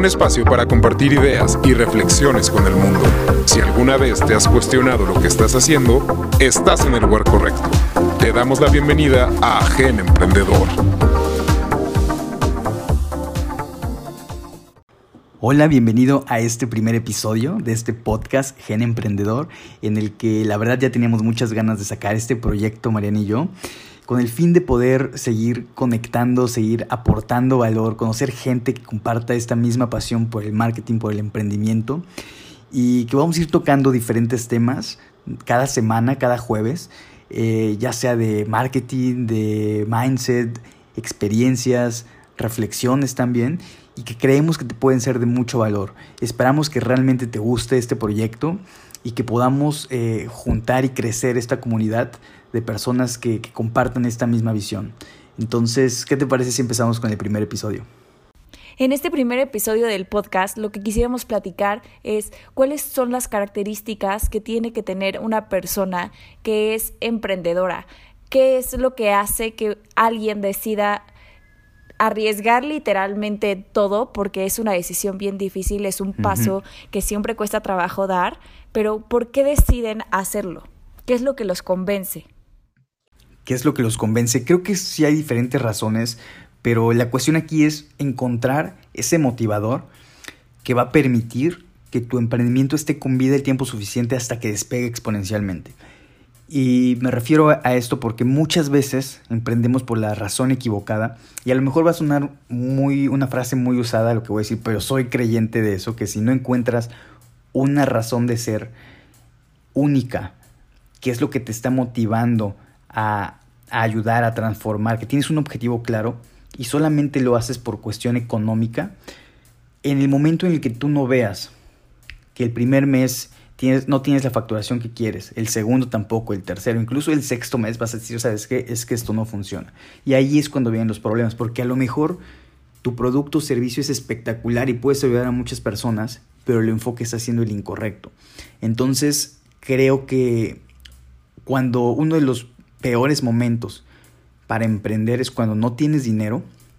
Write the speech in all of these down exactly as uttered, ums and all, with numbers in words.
un espacio para compartir ideas y reflexiones con el mundo. Si alguna vez te has cuestionado lo que estás haciendo, estás en el lugar correcto. Te damos la bienvenida a Gen Emprendedor. Hola, bienvenido a este primer episodio de este podcast Gen Emprendedor, en el que la verdad ya teníamos muchas ganas de sacar este proyecto, Mariana y yo, con el fin de poder seguir conectando, seguir aportando valor, conocer gente que comparta esta misma pasión por el marketing, por el emprendimiento, y que vamos a ir tocando diferentes temas cada semana, cada jueves, eh, ya sea de marketing, de mindset, experiencias, reflexiones también, y que creemos que te pueden ser de mucho valor. Esperamos que realmente te guste este proyecto y que podamos eh, juntar y crecer esta comunidad de personas que, que compartan esta misma visión. Entonces, ¿qué te parece si empezamos con el primer episodio? En este primer episodio del podcast, lo que quisiéramos platicar es cuáles son las características que tiene que tener una persona que es emprendedora. ¿Qué es lo que hace que alguien decida arriesgar literalmente todo? Porque es una decisión bien difícil, es un paso uh-huh. que siempre cuesta trabajo dar, pero ¿por qué deciden hacerlo? ¿Qué es lo que los convence? ¿Qué es lo que los convence? Creo que sí hay diferentes razones, pero la cuestión aquí es encontrar ese motivador que va a permitir que tu emprendimiento esté con vida el tiempo suficiente hasta que despegue exponencialmente. Y me refiero a esto porque muchas veces emprendemos por la razón equivocada, y a lo mejor va a sonar muy, una frase muy usada lo que voy a decir, pero soy creyente de eso, que si no encuentras una razón de ser única, que es lo que te está motivando a, a ayudar, a transformar, que tienes un objetivo claro y solamente lo haces por cuestión económica, en el momento en el que tú no veas que el primer mes Tienes, no tienes la facturación que quieres, el segundo tampoco, el tercero, incluso el sexto mes vas a decir, ¿sabes qué? Es que esto no funciona. Y ahí es cuando vienen los problemas, porque a lo mejor tu producto o servicio es espectacular y puedes ayudar a muchas personas, pero el enfoque está siendo el incorrecto. Entonces, creo que cuando uno de los peores momentos para emprender es cuando no tienes dinero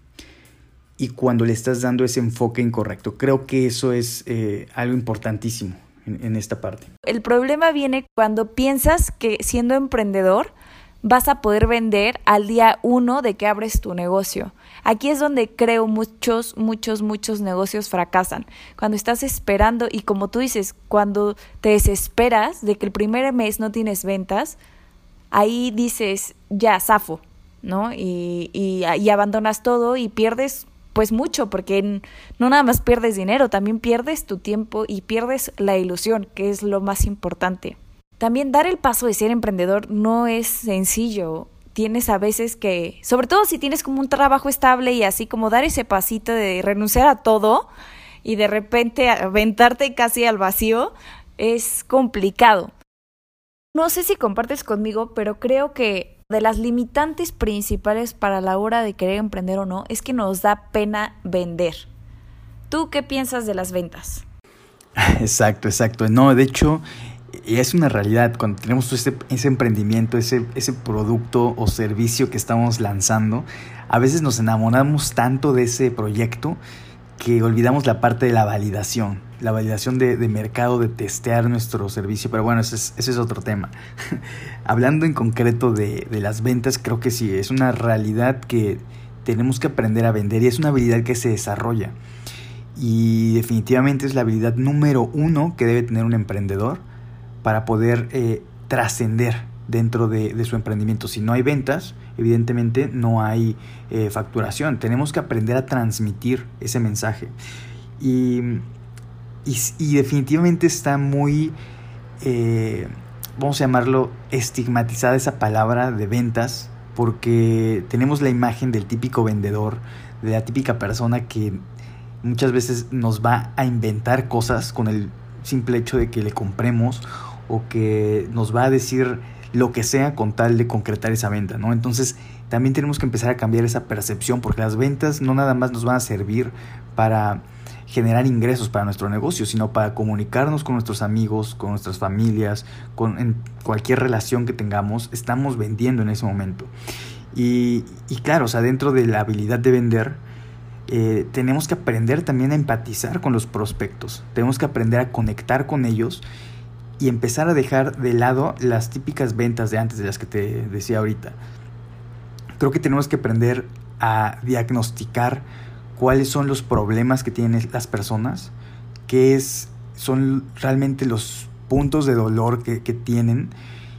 y cuando le estás dando ese enfoque incorrecto. Creo que eso es eh, algo importantísimo en esta parte. El problema viene cuando piensas que siendo emprendedor vas a poder vender al día uno de que abres tu negocio. Aquí es donde creo muchos, muchos, muchos negocios fracasan. Cuando estás esperando y como tú dices, cuando te desesperas de que el primer mes no tienes ventas, ahí dices, ya, zafo, ¿no? Y, y, y abandonas todo y pierdes pues mucho, porque no nada más pierdes dinero, también pierdes tu tiempo y pierdes la ilusión, que es lo más importante. También dar el paso de ser emprendedor no es sencillo. Tienes a veces que, sobre todo si tienes como un trabajo estable y así como dar ese pasito de renunciar a todo y de repente aventarte casi al vacío, es complicado. No sé si compartes conmigo, pero creo que de las limitantes principales para la hora de querer emprender o no es que nos da pena vender. ¿Tú qué piensas de las ventas? Exacto, exacto. No, de hecho, es una realidad. Cuando tenemos ese, ese emprendimiento, ese, ese producto o servicio que estamos lanzando, a veces nos enamoramos tanto de ese proyecto que olvidamos la parte de la validación, la validación de, de mercado, de testear nuestro servicio, pero bueno, ese es, ese es otro tema. Hablando en concreto de, de las ventas, creo que sí, es una realidad que tenemos que aprender a vender y es una habilidad que se desarrolla. Y definitivamente es la habilidad número uno que debe tener un emprendedor para poder eh, trascender dentro de, de su emprendimiento. Si no hay ventas, evidentemente no hay eh, facturación. Tenemos que aprender a transmitir ese mensaje. Y, y, y definitivamente está muy, eh, vamos a llamarlo, estigmatizada esa palabra de ventas, porque tenemos la imagen del típico vendedor, de la típica persona que muchas veces nos va a inventar cosas con el simple hecho de que le compremos, o que nos va a decir lo que sea con tal de concretar esa venta, ¿no? Entonces también tenemos que empezar a cambiar esa percepción, porque las ventas no nada más nos van a servir para generar ingresos para nuestro negocio, sino para comunicarnos con nuestros amigos, con nuestras familias, con en cualquier relación que tengamos, estamos vendiendo en ese momento. Y, y claro, o sea, dentro de la habilidad de vender, eh, tenemos que aprender también a empatizar con los prospectos, tenemos que aprender a conectar con ellos y empezar a dejar de lado las típicas ventas de antes, de las que te decía ahorita. Creo que tenemos que aprender a diagnosticar cuáles son los problemas que tienen las personas, qué es, son realmente los puntos de dolor que, que tienen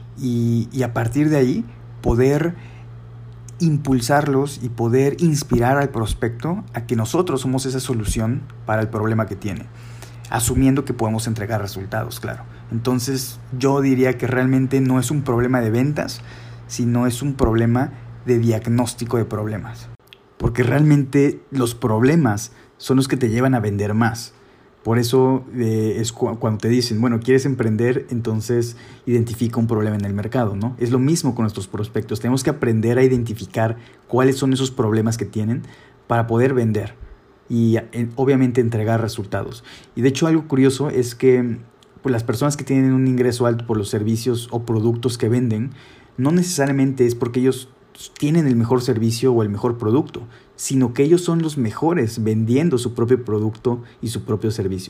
y, y a partir de ahí poder impulsarlos y poder inspirar al prospecto a que nosotros somos esa solución para el problema que tiene, asumiendo que podemos entregar resultados, claro. Entonces yo diría que realmente no es un problema de ventas, sino es un problema de diagnóstico de problemas. Porque realmente los problemas son los que te llevan a vender más. Por eso eh, es cu- cuando te dicen, bueno, ¿quieres emprender? Entonces identifica un problema en el mercado, ¿no? Es lo mismo con nuestros prospectos. Tenemos que aprender a identificar cuáles son esos problemas que tienen para poder vender y eh, obviamente entregar resultados. Y de hecho algo curioso es que pues, las personas que tienen un ingreso alto por los servicios o productos que venden, no necesariamente es porque ellos tienen el mejor servicio o el mejor producto, sino que ellos son los mejores vendiendo su propio producto y su propio servicio.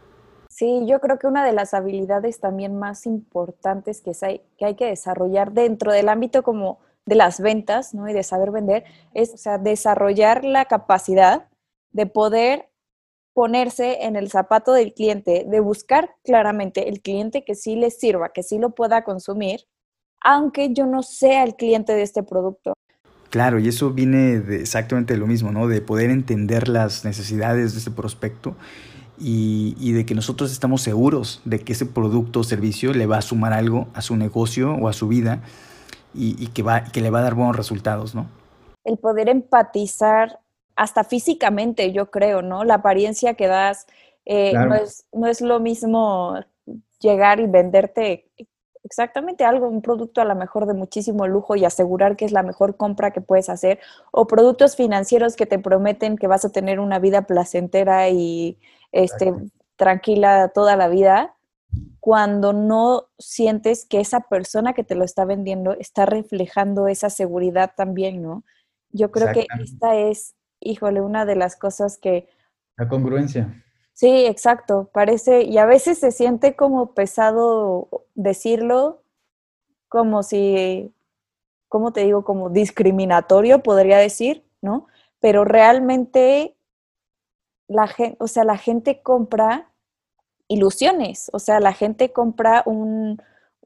Sí, yo creo que una de las habilidades también más importantes que hay que, hay que desarrollar dentro del ámbito como de las ventas, ¿no? Y de saber vender, es, o sea, desarrollar la capacidad de poder ponerse en el zapato del cliente, de buscar claramente el cliente que sí le sirva, que sí lo pueda consumir, aunque yo no sea el cliente de este producto. Claro, y eso viene de exactamente de lo mismo, ¿no? De poder entender las necesidades de ese prospecto y, y de que nosotros estamos seguros de que ese producto o servicio le va a sumar algo a su negocio o a su vida y, y que, va, que le va a dar buenos resultados, ¿no? El poder empatizar hasta físicamente, yo creo, ¿no? La apariencia que das, eh, Claro. no es, no es lo mismo llegar y venderte exactamente algo, un producto a lo mejor de muchísimo lujo y asegurar que es la mejor compra que puedes hacer, o productos financieros que te prometen que vas a tener una vida placentera y este, tranquila toda la vida, cuando no sientes que esa persona que te lo está vendiendo está reflejando esa seguridad también, ¿no? Yo creo que esta es, híjole, una de las cosas que... La congruencia. Sí, exacto, parece, y a veces se siente como pesado decirlo, como si, ¿cómo te digo? Como discriminatorio, podría decir, ¿no? Pero realmente la gente, o sea, la gente compra ilusiones, o sea, la gente compra un,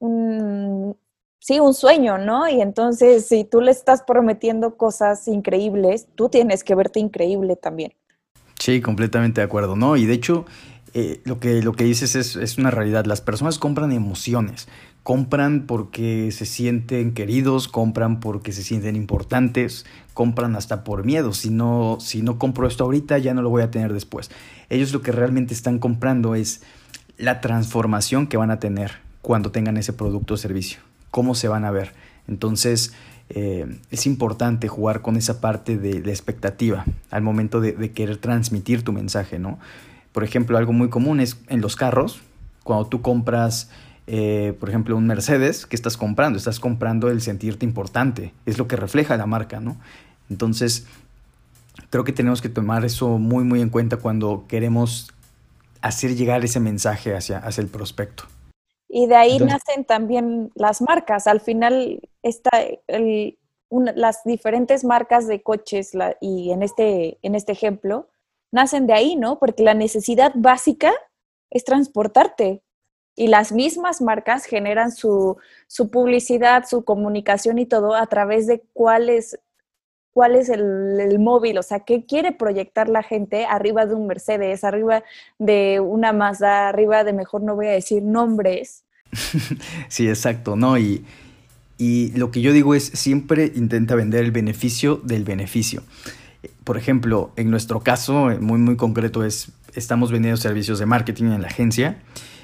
un, sí, un sueño, ¿no? Y entonces, si tú le estás prometiendo cosas increíbles, tú tienes que verte increíble también. Sí, completamente de acuerdo, ¿no? Y de hecho, eh, lo que, lo que dices es, es una realidad. Las personas compran emociones, compran porque se sienten queridos, compran porque se sienten importantes, compran hasta por miedo. Si no, si no compro esto ahorita, ya no lo voy a tener después. Ellos lo que realmente están comprando es la transformación que van a tener cuando tengan ese producto o servicio, cómo se van a ver. Entonces, Eh, es importante jugar con esa parte de la expectativa al momento de, de querer transmitir tu mensaje, ¿no? Por ejemplo, algo muy común es en los carros, cuando tú compras, eh, por ejemplo, un Mercedes, ¿qué estás comprando? Estás comprando el sentirte importante, es lo que refleja la marca, ¿no? Entonces, creo que tenemos que tomar eso muy, muy en cuenta cuando queremos hacer llegar ese mensaje hacia, hacia el prospecto. Y de ahí Entonces, nacen también las marcas. Al final, está el, una, las diferentes marcas de coches la, y en este, en este ejemplo, nacen de ahí, ¿no? Porque la necesidad básica es transportarte. Y las mismas marcas generan su, su publicidad, su comunicación y todo a través de cuál es, cuál es el, el móvil, o sea, qué quiere proyectar la gente arriba de un Mercedes, arriba de una Mazda, arriba de, mejor no voy a decir nombres. sí, exacto, ¿no? Y, y lo que yo digo es, siempre intenta vender el beneficio del beneficio. Por ejemplo, en nuestro caso, muy, muy concreto, es, estamos vendiendo servicios de marketing en la agencia.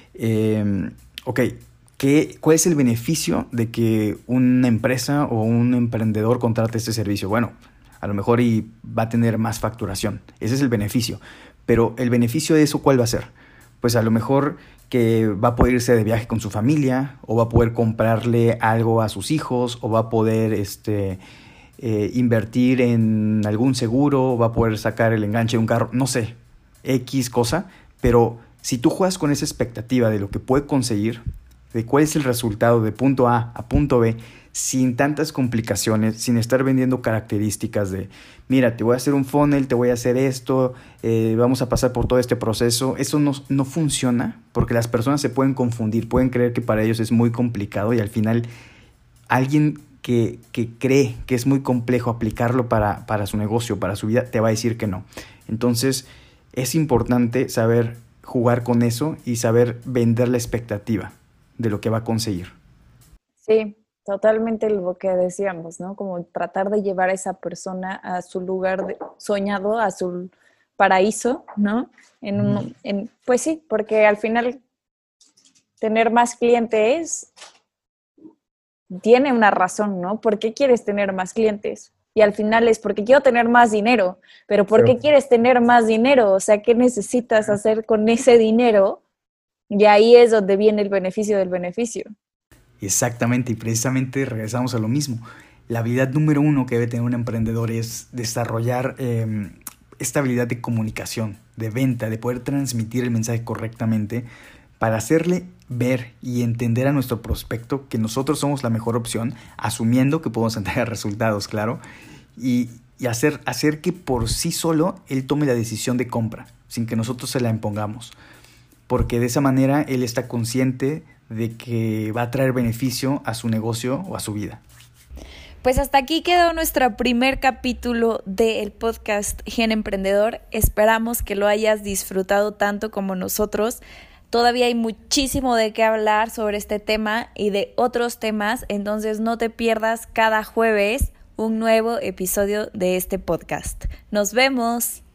Eh, ok, ¿qué, ¿cuál es el beneficio de que una empresa o un emprendedor contrate este servicio? Bueno, a lo mejor y va a tener más facturación. Ese es el beneficio. Pero el beneficio de eso, ¿cuál va a ser? Pues a lo mejor que va a poder irse de viaje con su familia, o va a poder comprarle algo a sus hijos, o va a poder este, eh, invertir en algún seguro, va a poder sacar el enganche de un carro, no sé, X cosa, pero si tú juegas con esa expectativa de lo que puede conseguir, de cuál es el resultado de punto A a punto B, sin tantas complicaciones, sin estar vendiendo características de, mira, te voy a hacer un funnel, te voy a hacer esto, eh, vamos a pasar por todo este proceso. Eso no, no funciona porque las personas se pueden confundir, pueden creer que para ellos es muy complicado y al final alguien que, que cree que es muy complejo aplicarlo para, para su negocio, para su vida, te va a decir que no. Entonces es importante saber jugar con eso y saber vender la expectativa de lo que va a conseguir. Sí, totalmente lo que decíamos, ¿no? Como tratar de llevar a esa persona a su lugar de, soñado, a su paraíso, ¿no? En un, en, pues sí, porque al final tener más clientes tiene una razón, ¿no? ¿Por qué quieres tener más clientes? Y al final es porque quiero tener más dinero, pero ¿por qué quieres tener más dinero? O sea, ¿qué necesitas hacer con ese dinero? Y ahí es donde viene el beneficio del beneficio. Exactamente, y precisamente regresamos a lo mismo. La habilidad número uno que debe tener un emprendedor es desarrollar eh, esta habilidad de comunicación, de venta, de poder transmitir el mensaje correctamente para hacerle ver y entender a nuestro prospecto que nosotros somos la mejor opción, asumiendo que podemos entregar resultados, claro, y, y hacer, hacer que por sí solo él tome la decisión de compra, sin que nosotros se la impongamos. Porque de esa manera él está consciente de que va a traer beneficio a su negocio o a su vida. Pues hasta aquí quedó nuestro primer capítulo del podcast Gen Emprendedor. Esperamos que lo hayas disfrutado tanto como nosotros. Todavía hay muchísimo de qué hablar sobre este tema y de otros temas, entonces no te pierdas cada jueves un nuevo episodio de este podcast. ¡Nos vemos!